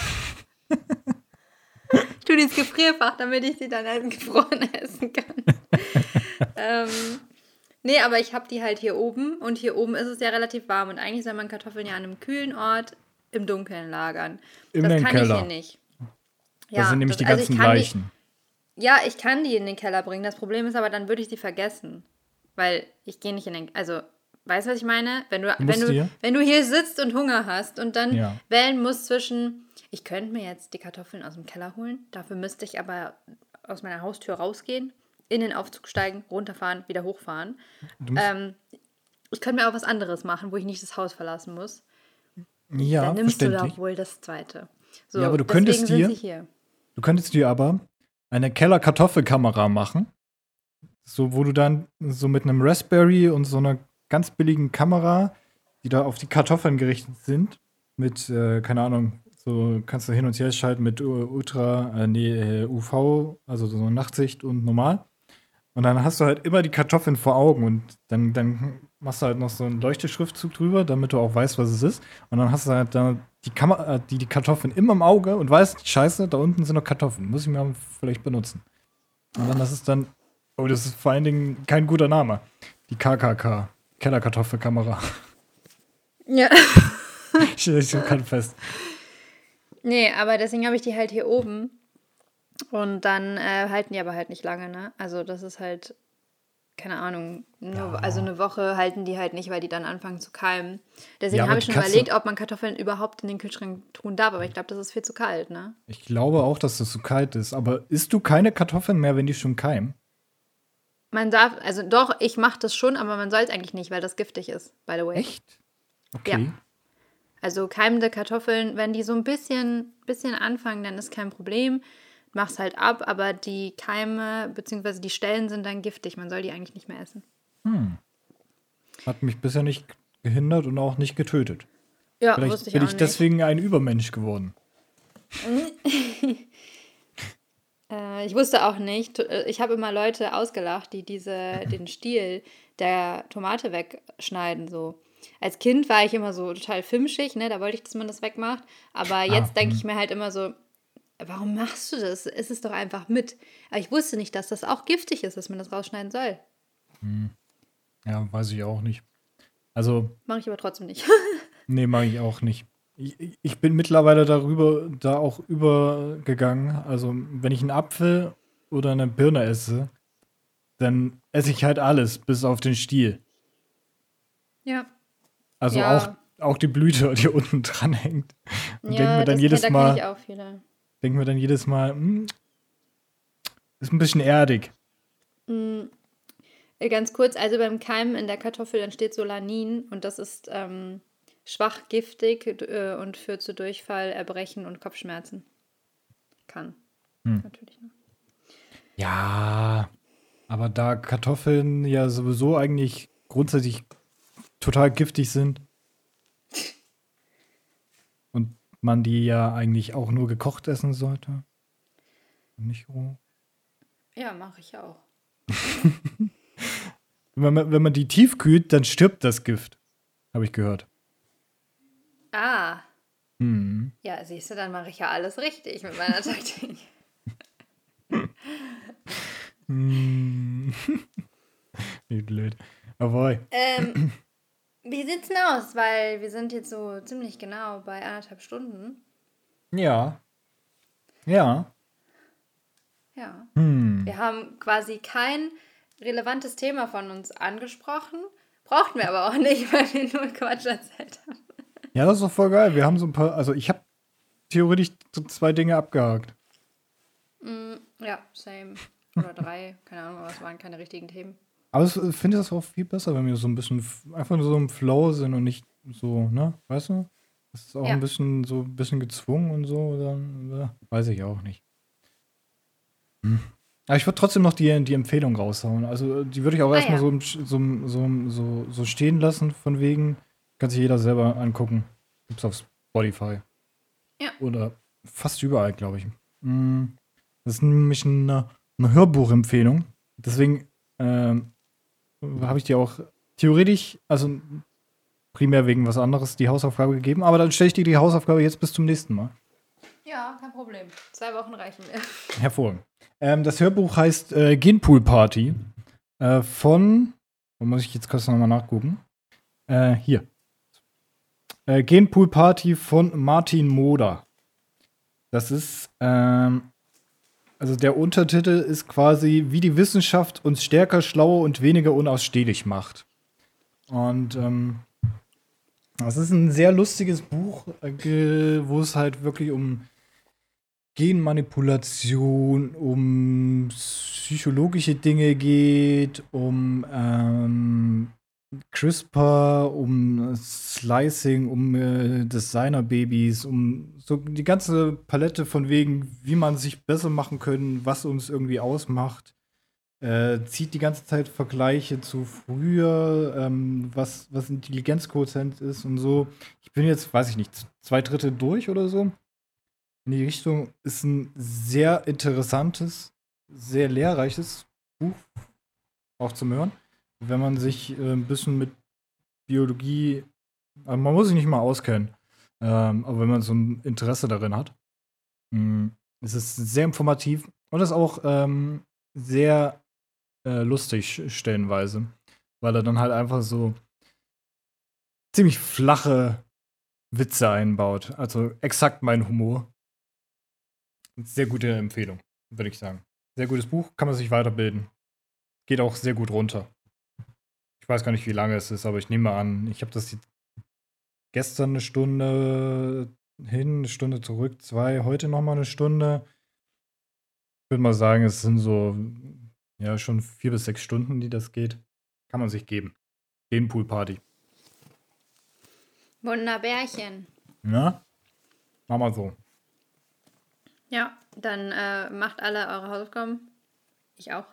Ich tue die ins Gefrierfach, damit ich sie dann als gefroren essen kann. Nee, aber ich habe die halt hier oben und hier oben ist es ja relativ warm und eigentlich soll man Kartoffeln ja an einem kühlen Ort im Dunkeln lagern. In Das den kann ich hier Keller. nicht. Da Ja, sind nämlich die also ich ganzen kann Leichen. ja, ich kann die in den Keller bringen. Das Problem ist aber, dann würde ich die vergessen. Weil ich gehe nicht in den, also, weißt du, was ich meine? Wenn du, Du musst dir? wenn du hier sitzt und Hunger hast und dann Ja. wählen musst zwischen, ich könnte mir jetzt die Kartoffeln aus dem Keller holen, dafür müsste ich aber aus meiner Haustür rausgehen, in den Aufzug steigen, runterfahren, wieder hochfahren. Du musst, Ich könnte mir auch was anderes machen, wo ich nicht das Haus verlassen muss. ja, Dann nimmst du verständlich. doch wohl das Zweite. So, Ja, aber du deswegen könntest sind dir, sie hier. du könntest dir aber eine Keller-Kartoffelkamera machen. So, wo du dann so mit einem Raspberry und so einer ganz billigen Kamera, die da auf die Kartoffeln gerichtet sind, mit, keine Ahnung, so kannst du hin und her schalten mit UV, also so Nachtsicht und normal. Und dann hast du halt immer die Kartoffeln vor Augen und dann machst du halt noch so einen Leuchteschriftzug drüber, damit du auch weißt, was es ist. Und dann hast du halt da die Kartoffeln immer im Auge und weißt, scheiße, da unten sind noch Kartoffeln. Muss ich mir vielleicht benutzen. Und dann das ist dann, oh, das ist vor allen Dingen kein guter Name. Die KKK, Kellerkartoffelkamera. Ja. Ich kann fest. Nee, aber deswegen habe ich die halt hier oben. Und dann halten die aber halt nicht lange, ne? Also das ist halt, keine Ahnung, also eine Woche halten die halt nicht, weil die dann anfangen zu keimen. Deswegen Ja, aber habe ich die schon kannst überlegt, ob man Kartoffeln überhaupt in den Kühlschrank tun darf. Aber ich glaube, das ist viel zu kalt, ne? Ich glaube auch, dass das so kalt ist. Aber isst du keine Kartoffeln mehr, wenn die schon keimen? Man darf, also doch, ich mache das schon, aber man soll es eigentlich nicht, weil das giftig ist, by the way. Echt? Okay. Ja. Also keimende Kartoffeln, wenn die so ein bisschen anfangen, dann ist kein Problem. Mach's halt ab, aber die Keime bzw. die Stellen sind dann giftig. Man soll die eigentlich nicht mehr essen. Hat mich bisher nicht gehindert und auch nicht getötet. Ja, Vielleicht wusste ich bin auch ich nicht. deswegen ein Übermensch geworden. Ich wusste auch nicht. Ich habe immer Leute ausgelacht, die den Stiel der Tomate wegschneiden. So. Als Kind war ich immer so total fimschig, ne? Da wollte ich, dass man das wegmacht. Aber jetzt denke ich mir halt immer so, warum machst du das? Iss es doch einfach mit. Aber ich wusste nicht, dass das auch giftig ist, dass man das rausschneiden soll. Ja, weiß ich auch nicht. Also, Mache ich aber trotzdem nicht. nee, mag ich auch nicht. Ich bin mittlerweile da auch übergegangen. Also, wenn ich einen Apfel oder eine Birne esse, dann esse ich halt alles, bis auf den Stiel. Ja. Also Ja. auch die Blüte, die unten dran hängt. Und Ja, denke mir dann jedes da Mal, kenne ich auch viele. Ist ein bisschen erdig. Ganz kurz, also beim Keimen in der Kartoffel entsteht Solanin und das ist schwach giftig und führt zu Durchfall, Erbrechen und Kopfschmerzen. Kann. Natürlich noch. Ja, aber da Kartoffeln ja sowieso eigentlich grundsätzlich total giftig sind und man die ja eigentlich auch nur gekocht essen sollte. Und nicht roh. Ja, mache ich auch. Wenn man die tiefkühlt, dann stirbt das Gift. Habe ich gehört. Ah. Ja, siehst du, dann mache ich ja alles richtig mit meiner Taktik. Wie blöd. Jawohl. Wie sieht's denn aus? Weil wir sind jetzt so ziemlich genau bei 1,5 Stunden. Ja. Ja. Ja. Wir haben quasi kein relevantes Thema von uns angesprochen. Brauchten wir aber auch nicht, weil wir nur Quatsch erzählt haben. Ja, das ist doch voll geil. Wir haben so ein paar, also ich habe theoretisch so 2 Dinge abgehakt. Ja, same. Oder 3, keine Ahnung, aber es waren keine richtigen Themen. Aber ich finde das auch viel besser, wenn wir so ein bisschen einfach nur so im Flow sind und nicht so, ne? Weißt du? Das ist auch Ja. ein bisschen gezwungen und so. Dann, weiß ich auch nicht. Aber ich würde trotzdem noch die Empfehlung raushauen. Also die würde ich auch erstmal so stehen lassen, von wegen, kann sich jeder selber angucken. Gibt's auf Spotify. Ja. Oder fast überall, glaube ich. Das ist nämlich eine Hörbuchempfehlung. Deswegen habe ich dir auch theoretisch, also primär wegen was anderes, die Hausaufgabe gegeben. Aber dann stelle ich dir die Hausaufgabe jetzt bis zum nächsten Mal. Ja, kein Problem. 2 Wochen reichen mir. Hervorragend. Das Hörbuch heißt Genpool Party von, wo muss ich jetzt kurz nochmal nachgucken? Hier. Genpool Party von Martin Moder. Das ist, also der Untertitel ist quasi, wie die Wissenschaft uns stärker, schlauer und weniger unausstehlich macht. Und das ist ein sehr lustiges Buch, wo es halt wirklich um Genmanipulation, um psychologische Dinge geht, um CRISPR, um Slicing, um Designerbabys, um so die ganze Palette von wegen, wie man sich besser machen können, was uns irgendwie ausmacht. Zieht die ganze Zeit Vergleiche zu früher, was Intelligenzquotient ist und so. Ich bin jetzt, weiß ich nicht, 2/3 durch oder so. In die Richtung ist ein sehr interessantes, sehr lehrreiches Buch, auch zum Hören. Wenn man sich ein bisschen mit Biologie, also man muss sich nicht mal auskennen, aber wenn man so ein Interesse darin hat, ist es sehr informativ und ist auch sehr lustig stellenweise, weil er dann halt einfach so ziemlich flache Witze einbaut. Also exakt mein Humor. Sehr gute Empfehlung, würde ich sagen. Sehr gutes Buch, kann man sich weiterbilden. Geht auch sehr gut runter. Ich weiß gar nicht, wie lange es ist, aber ich nehme an, ich habe das gestern eine Stunde hin, eine Stunde zurück, 2, heute nochmal eine Stunde. Ich würde mal sagen, es sind so, ja, schon 4 bis 6 Stunden, die das geht. Kann man sich geben. Genpool Party. Wunderbärchen. Ja? Mach mal so. Ja, dann macht alle eure Hausaufgaben. Ich auch.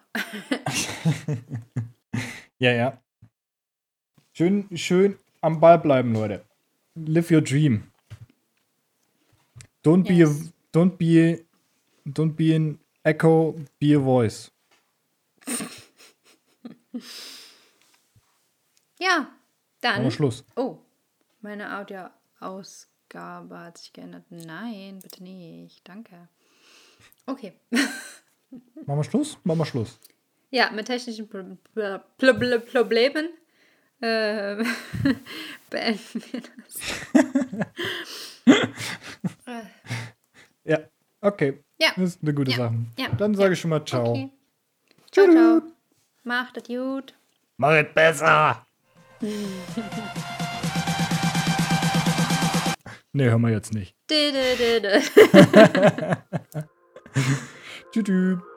Ja. Schön am Ball bleiben, Leute. Live your dream. Don't be an echo, be a voice. Ja, dann. Aber Schluss. Oh, meine Audioausgabe hat sich geändert. Nein, bitte nicht. Danke. Okay. Machen wir Schluss. Ja, mit technischen Problemen beenden wir das. Ja, okay. Ja. Das ist eine gute Sache. Ja. Dann sage ich schon mal ciao. Okay. Ciao. Macht das gut. Mach es besser. Nee, hören wir jetzt nicht. Tschüss.